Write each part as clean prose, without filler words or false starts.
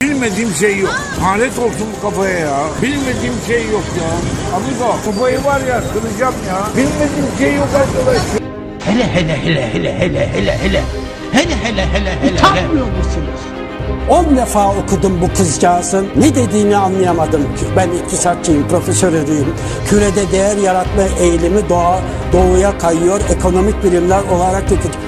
Bilmediğim şey yok. Lanet olsun bu kafaya ya. Bilmediğim şey yok ya. Amigo kafayı var ya kıracağım ya. Bilmediğim şey yok arkadaş. Hele. Utanmıyor musunuz? 10 defa okudum bu kızcağızın. Ne dediğini anlayamadım. Ben iktisatçıyım, profesörüyüm. Kürede değer yaratma eğilimi doğuya kayıyor. Ekonomik bilimler olarak tüket.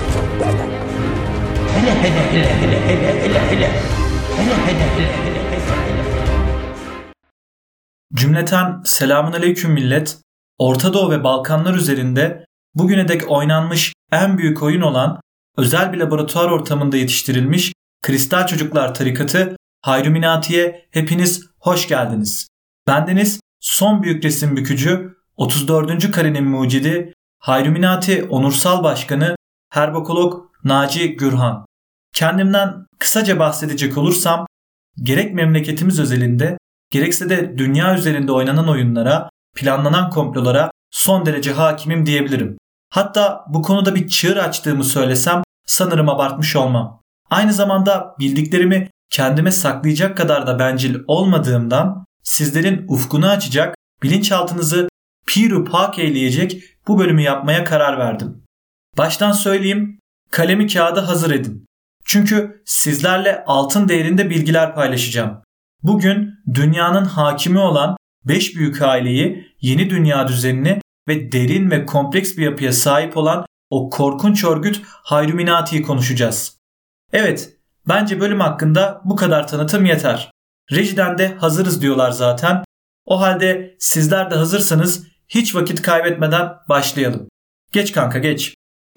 Cümleten selamünaleyküm millet. Orta Doğu ve Balkanlar üzerinde bugüne dek oynanmış en büyük oyun olan özel bir laboratuvar ortamında yetiştirilmiş Kristal Çocuklar Tarikatı Hayrüminati'ye hepiniz hoş geldiniz. Bendeniz son büyük resim bükücü 34. karenin mucidi Hayrüminati Onursal Başkanı Herbokolog Naci Gürhan. Kendimden kısaca bahsedecek olursam gerek memleketimiz özelinde gerekse de dünya üzerinde oynanan oyunlara, planlanan komplolara son derece hakimim diyebilirim. Hatta bu konuda bir çığır açtığımı söylesem sanırım abartmış olmam. Aynı zamanda bildiklerimi kendime saklayacak kadar da bencil olmadığımdan sizlerin ufkunu açacak, bilinçaltınızı piru pak eyleyecek bu bölümü yapmaya karar verdim. Baştan söyleyeyim, kalemi kağıdı hazır edin. Çünkü sizlerle altın değerinde bilgiler paylaşacağım. Bugün dünyanın hakimi olan 5 büyük aileyi, yeni dünya düzenini ve derin ve kompleks bir yapıya sahip olan o korkunç örgüt Hayrüminati'yi konuşacağız. Evet, bence bölüm hakkında bu kadar tanıtım yeter. Rejiden de hazırız diyorlar zaten. O halde sizler de hazırsanız hiç vakit kaybetmeden başlayalım. Geç kanka geç.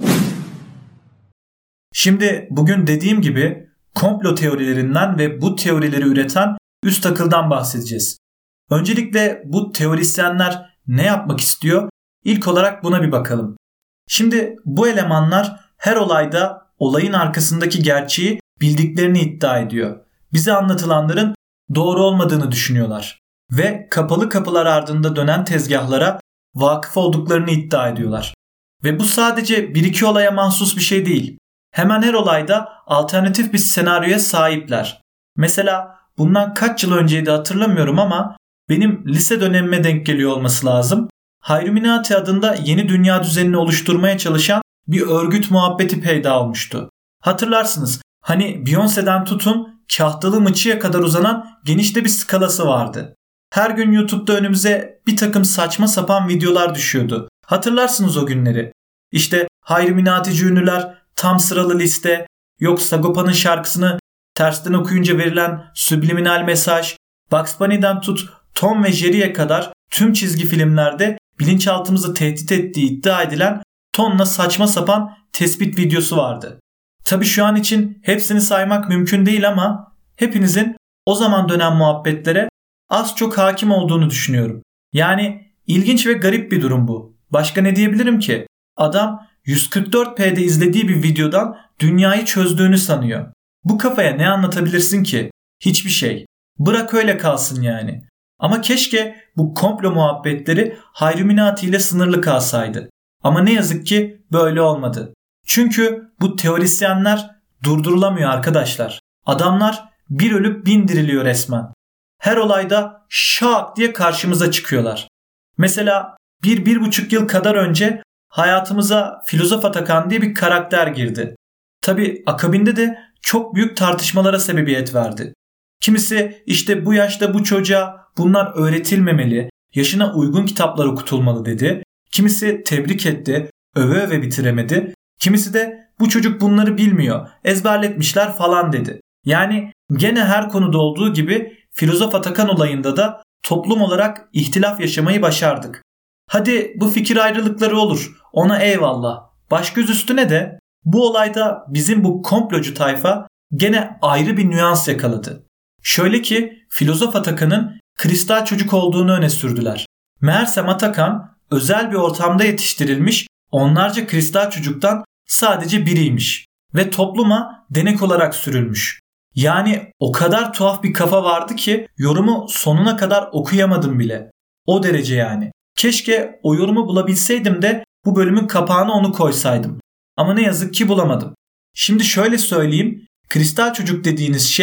Şimdi bugün dediğim gibi komplo teorilerinden ve bu teorileri üreten üst akıldan bahsedeceğiz. Öncelikle bu teorisyenler ne yapmak istiyor? İlk olarak buna bir bakalım. Şimdi bu elemanlar her olayda olayın arkasındaki gerçeği bildiklerini iddia ediyor. Bize anlatılanların doğru olmadığını düşünüyorlar. Ve kapalı kapılar ardında dönen tezgahlara vakıf olduklarını iddia ediyorlar. Ve bu sadece bir iki olaya mahsus bir şey değil. Hemen her olayda alternatif bir senaryoya sahipler. Mesela bundan kaç yıl önceydi hatırlamıyorum ama benim lise dönemime denk geliyor olması lazım. Hayrüminati adında yeni dünya düzenini oluşturmaya çalışan bir örgüt muhabbeti peyda olmuştu. Hatırlarsınız hani Beyoncé'den tutun kahtalı mıçıya kadar uzanan geniş de bir skalası vardı. Her gün YouTube'da önümüze bir takım saçma sapan videolar düşüyordu. Hatırlarsınız o günleri. İşte Hayrüminatici ünlüler tam sıralı liste, yok Sagopa'nın şarkısını tersten okuyunca verilen subliminal mesaj, Bugs Bunny'den tut Tom ve Jerry'e kadar tüm çizgi filmlerde bilinçaltımızı tehdit ettiği iddia edilen tonla saçma sapan tespit videosu vardı. Tabii şu an için hepsini saymak mümkün değil ama hepinizin o zaman dönen muhabbetlere az çok hakim olduğunu düşünüyorum. Yani ilginç ve garip bir durum bu. Başka ne diyebilirim ki? Adam 144p'de izlediği bir videodan dünyayı çözdüğünü sanıyor. Bu kafaya ne anlatabilirsin ki? Hiçbir şey. Bırak öyle kalsın yani. Ama keşke bu komplo muhabbetleri Hayrüminati ile sınırlı kalsaydı. Ama ne yazık ki böyle olmadı. Çünkü bu teorisyenler durdurulamıyor arkadaşlar. Adamlar bir ölüp bin diriliyor resmen. Her olayda şak diye karşımıza çıkıyorlar. Mesela 1-1,5 yıl kadar önce hayatımıza Filozof Atakan diye bir karakter girdi. Tabi akabinde de çok büyük tartışmalara sebebiyet verdi. Kimisi işte bu yaşta bu çocuğa bunlar öğretilmemeli, yaşına uygun kitaplar okutulmalı dedi. Kimisi tebrik etti, öve öve bitiremedi. Kimisi de bu çocuk bunları bilmiyor, ezberletmişler falan dedi. Yani gene her konuda olduğu gibi Filozof Atakan olayında da toplum olarak ihtilaf yaşamayı başardık. Hadi bu fikir ayrılıkları olur, ona eyvallah. Baş göz üstüne de bu olayda bizim bu komplocu tayfa gene ayrı bir nüans yakaladı. Şöyle ki Filozof Atakan'ın kristal çocuk olduğunu öne sürdüler. Meğersem Atakan özel bir ortamda yetiştirilmiş onlarca kristal çocuktan sadece biriymiş ve topluma denek olarak sürülmüş. Yani o kadar tuhaf bir kafa vardı ki yorumu sonuna kadar okuyamadım bile. O derece yani. Keşke o yorumu bulabilseydim de bu bölümün kapağına onu koysaydım. Ama ne yazık ki bulamadım. Şimdi şöyle söyleyeyim. Kristal çocuk dediğiniz şey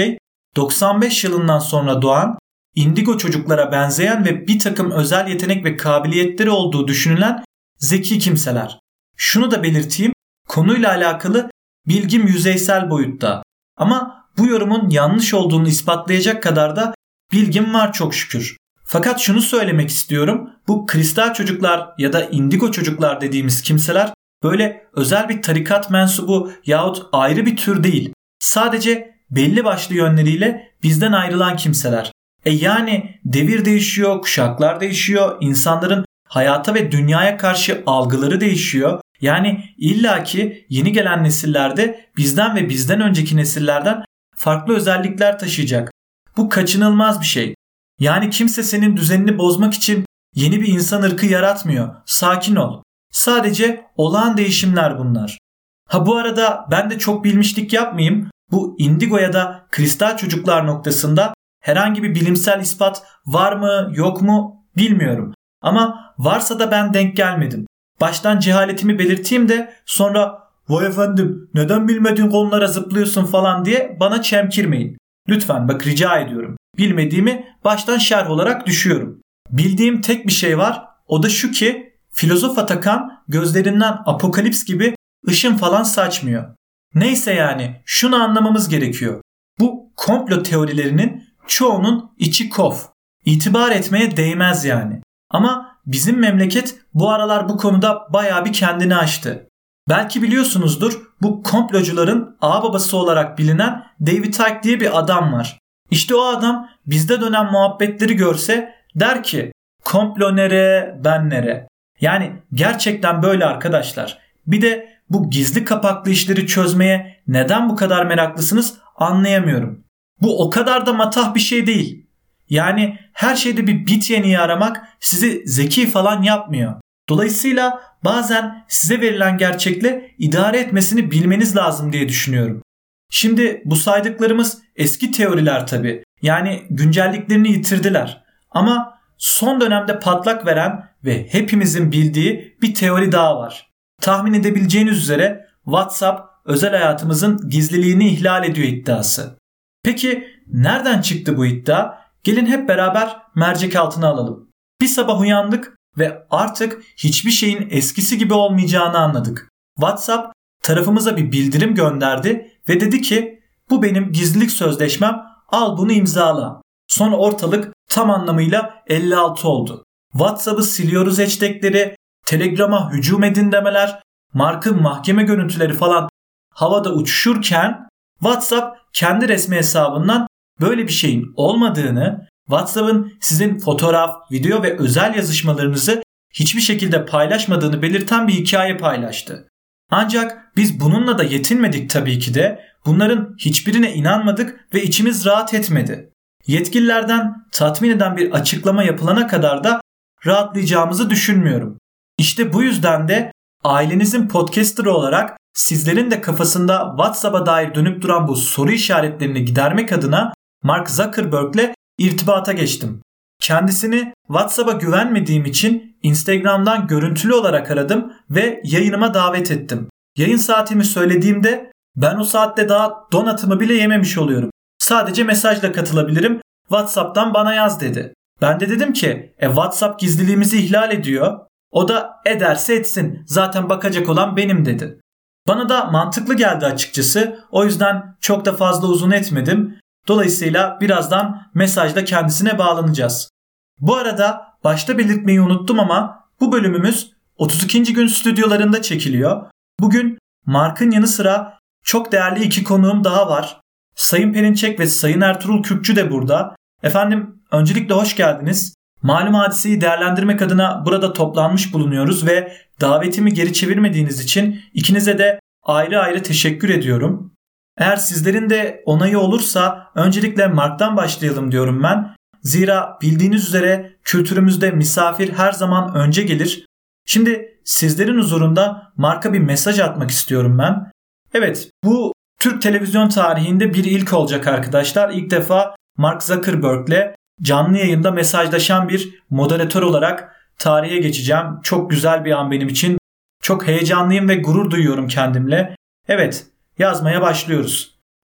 95 yılından sonra doğan, indigo çocuklara benzeyen ve bir takım özel yetenek ve kabiliyetleri olduğu düşünülen zeki kimseler. Şunu da belirteyim, konuyla alakalı bilgim yüzeysel boyutta. Ama bu yorumun yanlış olduğunu ispatlayacak kadar da bilgim var çok şükür. Fakat şunu söylemek istiyorum, bu kristal çocuklar ya da indigo çocuklar dediğimiz kimseler böyle özel bir tarikat mensubu yahut ayrı bir tür değil. Sadece belli başlı yönleriyle bizden ayrılan kimseler. Yani devir değişiyor, kuşaklar değişiyor, insanların hayata ve dünyaya karşı algıları değişiyor. Yani illaki yeni gelen nesillerde bizden ve bizden önceki nesillerden farklı özellikler taşıyacak. Bu kaçınılmaz bir şey. Yani kimse senin düzenini bozmak için yeni bir insan ırkı yaratmıyor. Sakin ol. Sadece olağan değişimler bunlar. Bu arada ben de çok bilmişlik yapmayayım. Bu indigo ya da kristal çocuklar noktasında herhangi bir bilimsel ispat var mı yok mu bilmiyorum. Ama varsa da ben denk gelmedim. Baştan cehaletimi belirteyim de sonra "Vay efendim neden bilmediğin konulara zıplıyorsun" falan diye bana çemkirmeyin. Lütfen bak rica ediyorum. Bilmediğimi baştan şerh olarak düşüyorum. Bildiğim tek bir şey var. O da şu ki filozof Atakan gözlerinden apokalips gibi ışın falan saçmıyor. Neyse yani şunu anlamamız gerekiyor. Bu komplo teorilerinin çoğunun içi kof. İtibar etmeye değmez yani. Ama bizim memleket bu aralar bu konuda bayağı bir kendini aştı. Belki biliyorsunuzdur, bu komplocuların ağababası olarak bilinen David Icke diye bir adam var. İşte o adam bizde dönen muhabbetleri görse der ki komplo nere ben nere. Yani gerçekten böyle arkadaşlar. Bir de bu gizli kapaklı işleri çözmeye neden bu kadar meraklısınız anlayamıyorum. Bu o kadar da matah bir şey değil. Yani her şeyde bir bit yeniği aramak sizi zeki falan yapmıyor. Dolayısıyla bazen size verilen gerçekle idare etmesini bilmeniz lazım diye düşünüyorum. Şimdi bu saydıklarımız eski teoriler tabii. Yani güncelliklerini yitirdiler. Ama son dönemde patlak veren ve hepimizin bildiği bir teori daha var. Tahmin edebileceğiniz üzere WhatsApp özel hayatımızın gizliliğini ihlal ediyor iddiası. Peki nereden çıktı bu iddia? Gelin hep beraber mercek altına alalım. Bir sabah uyandık ve artık hiçbir şeyin eskisi gibi olmayacağını anladık. WhatsApp tarafımıza bir bildirim gönderdi ve dedi ki bu benim gizlilik sözleşmem, al bunu imzala. Sonra ortalık tam anlamıyla 56 oldu. WhatsApp'ı siliyoruz hashtagleri, Telegram'a hücum edin demeler, Mark'ın mahkeme görüntüleri falan havada uçuşurken WhatsApp kendi resmi hesabından böyle bir şeyin olmadığını, WhatsApp'ın sizin fotoğraf, video ve özel yazışmalarınızı hiçbir şekilde paylaşmadığını belirten bir hikaye paylaştı. Ancak biz bununla da yetinmedik tabii ki de. Bunların hiçbirine inanmadık ve içimiz rahat etmedi. Yetkililerden tatmin eden bir açıklama yapılana kadar da rahatlayacağımızı düşünmüyorum. İşte bu yüzden de ailenizin podcasterı olarak sizlerin de kafasında WhatsApp'a dair dönüp duran bu soru işaretlerini gidermek adına Mark Zuckerberg'le irtibata geçtim. Kendisini WhatsApp'a güvenmediğim için Instagram'dan görüntülü olarak aradım ve yayınıma davet ettim. Yayın saatimi söylediğimde ben o saatte daha donatımı bile yememiş oluyorum. Sadece mesajla katılabilirim. WhatsApp'tan bana yaz dedi. Ben de dedim ki WhatsApp gizliliğimizi ihlal ediyor. O da ederse etsin. Zaten bakacak olan benim dedi. Bana da mantıklı geldi açıkçası. O yüzden çok da fazla uzun etmedim. Dolayısıyla birazdan mesajla kendisine bağlanacağız. Bu arada başta belirtmeyi unuttum ama bu bölümümüz 32. gün stüdyolarında çekiliyor. Bugün Mark'ın yanı sıra çok değerli iki konuğum daha var. Sayın Perinçek ve Sayın Ertuğrul Kürkçü de burada. Efendim öncelikle hoş geldiniz. Malum hadiseyi değerlendirmek adına burada toplanmış bulunuyoruz ve davetimi geri çevirmediğiniz için ikinize de ayrı ayrı teşekkür ediyorum. Eğer sizlerin de onayı olursa öncelikle Mark'tan başlayalım diyorum ben. Zira bildiğiniz üzere kültürümüzde misafir her zaman önce gelir. Şimdi sizlerin huzurunda Mark'a bir mesaj atmak istiyorum ben. Evet, bu Türk televizyon tarihinde bir ilk olacak arkadaşlar. İlk defa Mark Zuckerberg'le canlı yayında mesajlaşan bir moderatör olarak tarihe geçeceğim. Çok güzel bir an benim için. Çok heyecanlıyım ve gurur duyuyorum kendimle. Evet, yazmaya başlıyoruz.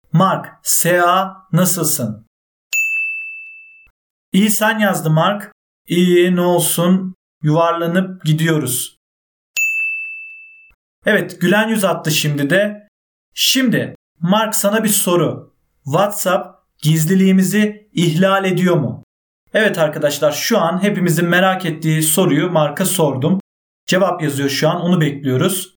Mark, S.A. nasılsın? İyi, sen yazdı Mark. İyi, ne olsun, yuvarlanıp gidiyoruz. Evet, gülen yüz attı şimdi de. Şimdi Mark, sana bir soru. WhatsApp gizliliğimizi ihlal ediyor mu? Evet arkadaşlar, şu an hepimizin merak ettiği soruyu Mark'a sordum. Cevap yazıyor şu an, onu bekliyoruz.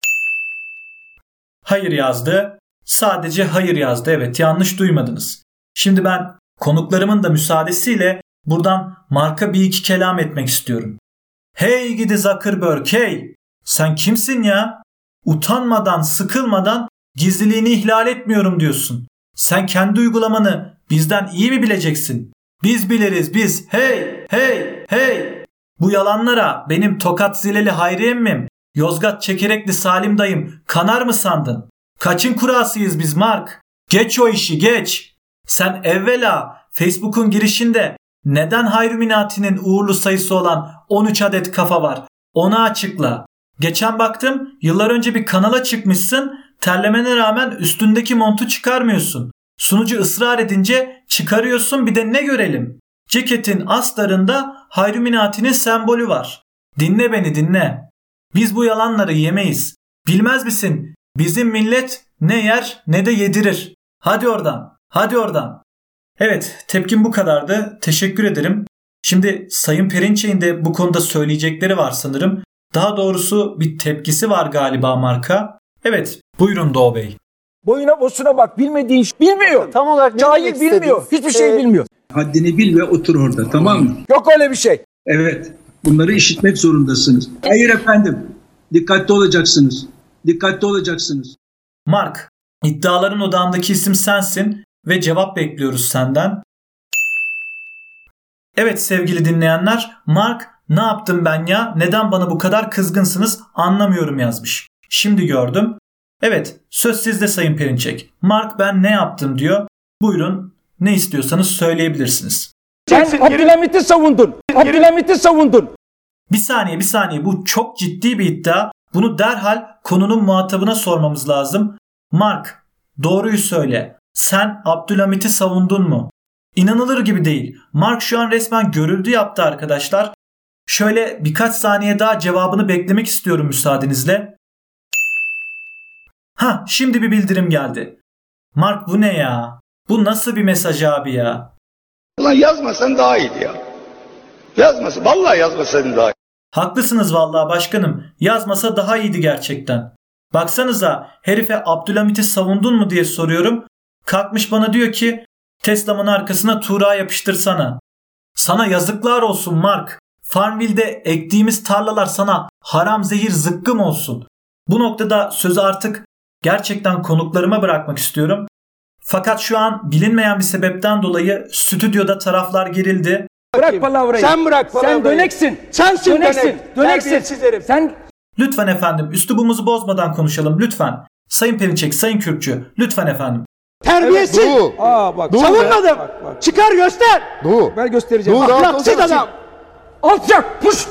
Hayır yazdı. Sadece hayır yazdı. Evet, yanlış duymadınız. Şimdi ben konuklarımın da müsaadesiyle buradan Mark'a bir iki kelam etmek istiyorum. Hey gidi Zuckerberg, hey! Sen kimsin ya? Utanmadan, sıkılmadan gizliliğini ihlal etmiyorum diyorsun. Sen kendi uygulamanı bizden iyi mi bileceksin? Biz biliriz biz. Hey, hey, hey! Bu yalanlara benim Tokat Zileli Hayri emmim, Yozgat Çekerekli Salim dayım kanar mı sandın? Kaçın kurasıyız biz Mark? Geç o işi, geç. Sen evvela Facebook'un girişinde neden Hayruminati'nin uğurlu sayısı olan 13 adet kafa var? Onu açıkla. Geçen baktım, yıllar önce bir kanala çıkmışsın, terlemene rağmen üstündeki montu çıkarmıyorsun. Sunucu ısrar edince çıkarıyorsun, bir de ne görelim? Ceketin astarında Hayruminati'nin sembolü var. Dinle beni, dinle. Biz bu yalanları yemeyiz. Bilmez misin? Bizim millet ne yer ne de yedirir. Hadi oradan, hadi oradan. Evet, tepkim bu kadardı. Teşekkür ederim. Şimdi Sayın Perinçek'in de bu konuda söyleyecekleri var sanırım. Daha doğrusu bir tepkisi var galiba Mark'a. Evet, buyurun Doğu Bey. Boyuna bosuna bak, bilmediğin iş bilmiyor. Tam olarak cahil bilmiyor. Hiçbir şey bilmiyor. Haddini bil ve otur orada, tamam mı? Yok öyle bir şey. Evet. Bunları işitmek zorundasınız. Hayır efendim. Dikkatli olacaksınız. Dikkatli olacaksınız. Mark, iddiaların odağındaki isim sensin ve cevap bekliyoruz senden. Evet sevgili dinleyenler, Mark ne yaptım ben ya? Neden bana bu kadar kızgınsınız? Anlamıyorum yazmış. Şimdi gördüm. Evet, söz sizde Sayın Perinçek. Mark ben ne yaptım diyor. Buyurun, ne istiyorsanız söyleyebilirsiniz. Sen Abdülhamit'i savundun. Abdülhamit'i savundun. Bir saniye. Bu çok ciddi bir iddia. Bunu derhal konunun muhatabına sormamız lazım. Mark, doğruyu söyle. Sen Abdülhamit'i savundun mu? İnanılır gibi değil. Mark şu an resmen görüldü yaptı arkadaşlar. Şöyle birkaç saniye daha cevabını beklemek istiyorum müsaadenizle. Şimdi bir bildirim geldi. Mark bu ne ya? Bu nasıl bir mesaj abi ya? Ulan yazmasan daha iyiydi ya. Yazmasın. Vallahi yazmasaydın daha iyi. Haklısınız vallahi başkanım. Yazmasa daha iyiydi gerçekten. Baksanıza herife Abdülhamit'i savundun mu diye soruyorum. Kalkmış bana diyor ki Tesla'nın arkasına Tuğra yapıştırsana. Sana yazıklar olsun Mark. Farmville'de ektiğimiz tarlalar sana haram zehir zıkkım olsun. Bu noktada sözü artık gerçekten konuklarıma bırakmak istiyorum. Fakat şu an bilinmeyen bir sebepten dolayı stüdyoda taraflar gerildi. Bırak palavrayı. Sen bırak palavrayı. Sen döneksin. Sensin Döneksin. Terbiyesiz herif. Sen Lütfen efendim üslubumuzu bozmadan konuşalım lütfen. Sayın Perinçek, Sayın Kürkçü lütfen efendim. Terbiyesiz. Evet, bak. Savunmadım. Bak. Çıkar göster. Ben göstereceğim. Ahlaksız adam. Alçak. Puş.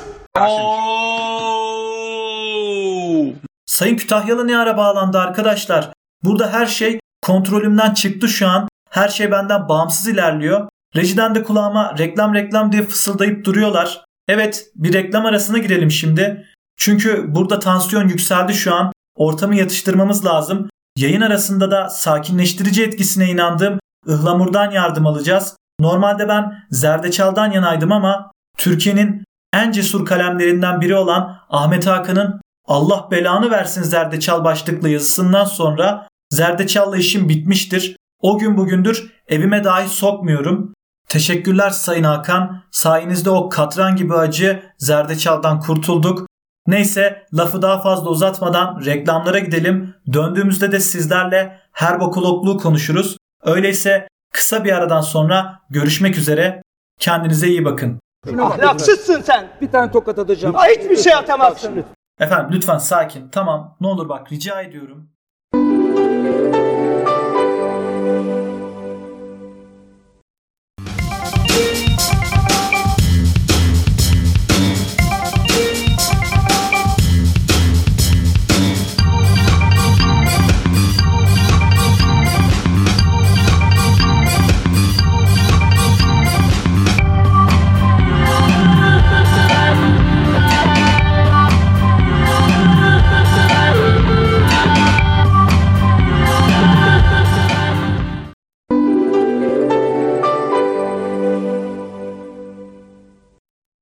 Sayın Kütahyalı ne ara bağlandı arkadaşlar? Burada her şey kontrolümden çıktı şu an. Her şey benden bağımsız ilerliyor. Rejiden de kulağıma reklam diye fısıldayıp duruyorlar. Evet, bir reklam arasına girelim şimdi. Çünkü burada tansiyon yükseldi şu an. Ortamı yatıştırmamız lazım. Yayın arasında da sakinleştirici etkisine inandığım ıhlamurdan yardım alacağız. Normalde ben zerdeçaldan yanaydım ama Türkiye'nin en cesur kalemlerinden biri olan Ahmet Hakan'ın Allah belanı versin zerdeçal başlıklı yazısından sonra zerdeçalla işim bitmiştir. O gün bugündür evime dahi sokmuyorum. Teşekkürler Sayın Hakan. Sayenizde o katran gibi acı zerdeçaldan kurtulduk. Neyse lafı daha fazla uzatmadan reklamlara gidelim. Döndüğümüzde de sizlerle herbokologluğu konuşuruz. Öyleyse kısa bir aradan sonra görüşmek üzere. Kendinize iyi bakın. Ahlaksızsın sen. Bir tane tokat atacağım. Hiçbir şey atamazsın. Efendim lütfen sakin. Tamam ne olur bak rica ediyorum.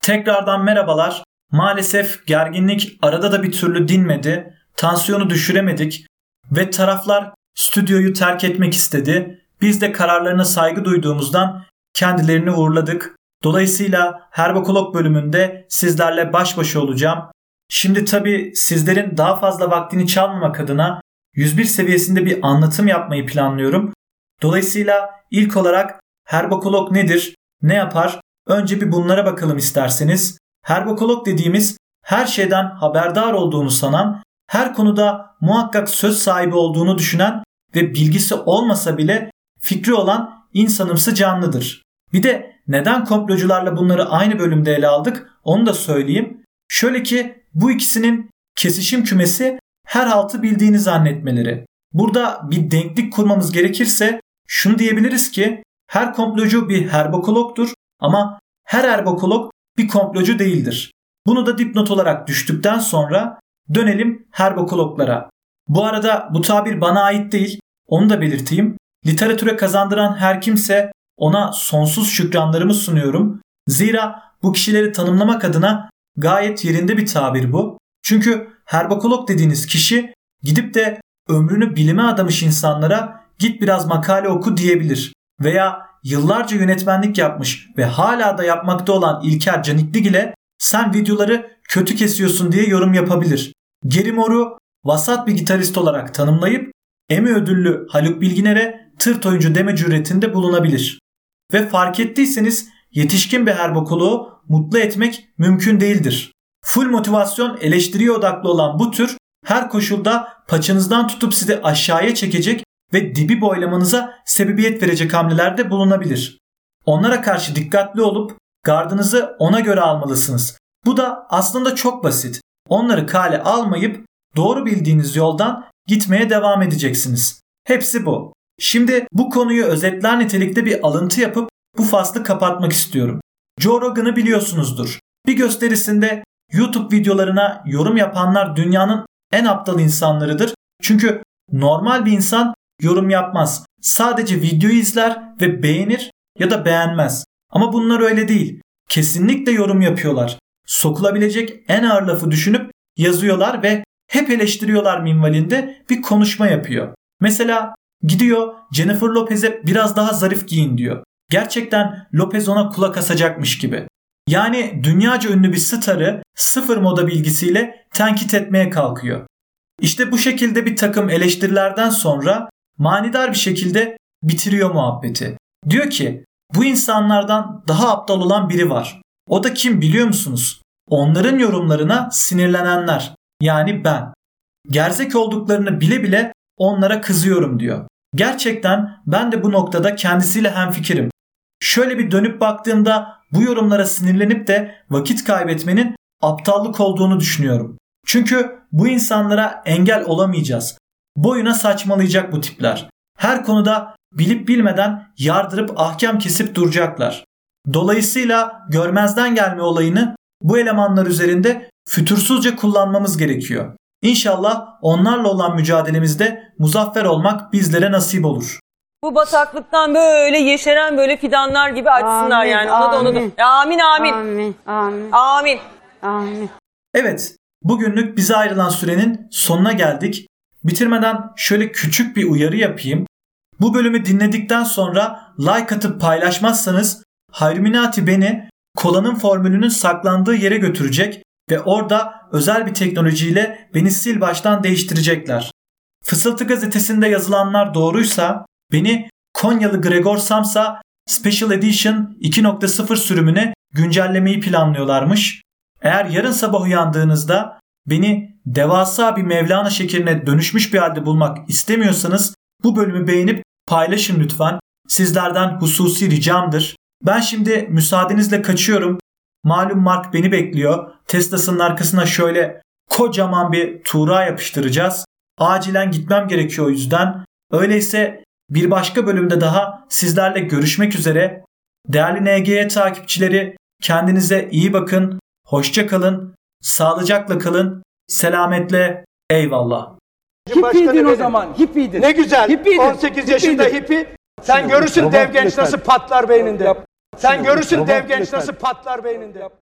Tekrardan merhabalar. Maalesef gerginlik arada da bir türlü dinmedi. Tansiyonu düşüremedik ve taraflar stüdyoyu terk etmek istedi. Biz de kararlarına saygı duyduğumuzdan kendilerini uğurladık. Dolayısıyla Herbokolog bölümünde sizlerle baş başa olacağım. Şimdi tabii sizlerin daha fazla vaktini çalmamak adına 101 seviyesinde bir anlatım yapmayı planlıyorum. Dolayısıyla ilk olarak Herbokolog nedir, ne yapar? Önce bir bunlara bakalım isterseniz. Herbokolog dediğimiz her şeyden haberdar olduğunu sanan, her konuda muhakkak söz sahibi olduğunu düşünen ve bilgisi olmasa bile fikri olan insanımsı canlıdır. Bir de neden komplocularla bunları aynı bölümde ele aldık onu da söyleyeyim. Şöyle ki bu ikisinin kesişim kümesi her haltı bildiğini zannetmeleri. Burada bir denklik kurmamız gerekirse şunu diyebiliriz ki her komplocu bir herbokologdur ama her herbokolog bir komplocu değildir. Bunu da dipnot olarak düştükten sonra dönelim herbokologlara. Bu arada bu tabir bana ait değil, onu da belirteyim. Literatüre kazandıran her kimse ona sonsuz şükranlarımı sunuyorum. Zira bu kişileri tanımlamak adına gayet yerinde bir tabir bu. Çünkü herbokolog dediğiniz kişi gidip de ömrünü bilime adamış insanlara git biraz makale oku diyebilir. Veya yıllarca yönetmenlik yapmış ve hala da yapmakta olan İlker Caniklig ile sen videoları kötü kesiyorsun diye yorum yapabilir. Geri More'u vasat bir gitarist olarak tanımlayıp Emmy ödüllü Haluk Bilginer'e tırt oyuncu deme cüretinde bulunabilir. Ve fark ettiyseniz yetişkin bir herbokoloğu mutlu etmek mümkün değildir. Full motivasyon eleştiriye odaklı olan bu tür her koşulda paçanızdan tutup sizi aşağıya çekecek ve dibi boylamanıza sebebiyet verecek hamlelerde bulunabilir. Onlara karşı dikkatli olup gardınızı ona göre almalısınız. Bu da aslında çok basit. Onları kale almayıp doğru bildiğiniz yoldan gitmeye devam edeceksiniz. Hepsi bu. Şimdi bu konuyu özetler nitelikte bir alıntı yapıp bu faslı kapatmak istiyorum. Joe Rogan'ı biliyorsunuzdur. Bir gösterisinde YouTube videolarına yorum yapanlar dünyanın en aptal insanlarıdır. Çünkü normal bir insan yorum yapmaz. Sadece videoyu izler ve beğenir ya da beğenmez. Ama bunlar öyle değil. Kesinlikle yorum yapıyorlar. Sokulabilecek en ağır lafı düşünüp yazıyorlar ve hep eleştiriyorlar minvalinde bir konuşma yapıyor. Mesela gidiyor Jennifer Lopez'e biraz daha zarif giyin diyor. Gerçekten Lopez ona kulak asacakmış gibi. Yani dünyaca ünlü bir starı sıfır moda bilgisiyle tenkit etmeye kalkıyor. İşte bu şekilde bir takım eleştirilerden sonra manidar bir şekilde bitiriyor muhabbeti. Diyor ki bu insanlardan daha aptal olan biri var. O da kim biliyor musunuz? Onların yorumlarına sinirlenenler. Yani ben. Gerzek olduklarını bile bile onlara kızıyorum diyor. Gerçekten ben de bu noktada kendisiyle hemfikirim. Şöyle bir dönüp baktığımda bu yorumlara sinirlenip de vakit kaybetmenin aptallık olduğunu düşünüyorum. Çünkü bu insanlara engel olamayacağız. Boyuna saçmalayacak bu tipler. Her konuda bilip bilmeden yardırıp ahkam kesip duracaklar. Dolayısıyla görmezden gelme olayını bu elemanlar üzerinde fütursuzca kullanmamız gerekiyor. İnşallah onlarla olan mücadelemizde muzaffer olmak bizlere nasip olur. Bu bataklıktan böyle yeşeren böyle fidanlar gibi açsınlar amin, yani. Ona da onu da. Amin amin. Amin. Amin. Amin. Amin. Evet, bugünlük bize ayrılan sürenin sonuna geldik. Bitirmeden şöyle küçük bir uyarı yapayım. Bu bölümü dinledikten sonra like atıp paylaşmazsanız Hayruminati beni kolanın formülünün saklandığı yere götürecek ve orada özel bir teknolojiyle beni sil baştan değiştirecekler. Fısıltı gazetesinde yazılanlar doğruysa beni Konyalı Gregor Samsa Special Edition 2.0 sürümüne güncellemeyi planlıyorlarmış. Eğer yarın sabah uyandığınızda beni devasa bir Mevlana şekerine dönüşmüş bir halde bulmak istemiyorsanız bu bölümü beğenip paylaşın lütfen. Sizlerden hususi ricamdır. Ben şimdi müsaadenizle kaçıyorum. Malum Mark beni bekliyor. Teslas'ın arkasına şöyle kocaman bir tuğra yapıştıracağız. Acilen gitmem gerekiyor o yüzden. Öyleyse bir başka bölümde daha sizlerle görüşmek üzere. Değerli NGY takipçileri, kendinize iyi bakın. Hoşça kalın. Sağlıcakla kalın. Selametle. Eyvallah. Hippiydin o zaman. Hippiydin. Ne güzel. Hippiydin. 18 yaşında hippi. Sen görürsün dev genç nasıl patlar beyninde. Sen görürsün dev genç nasıl patlar beyninde.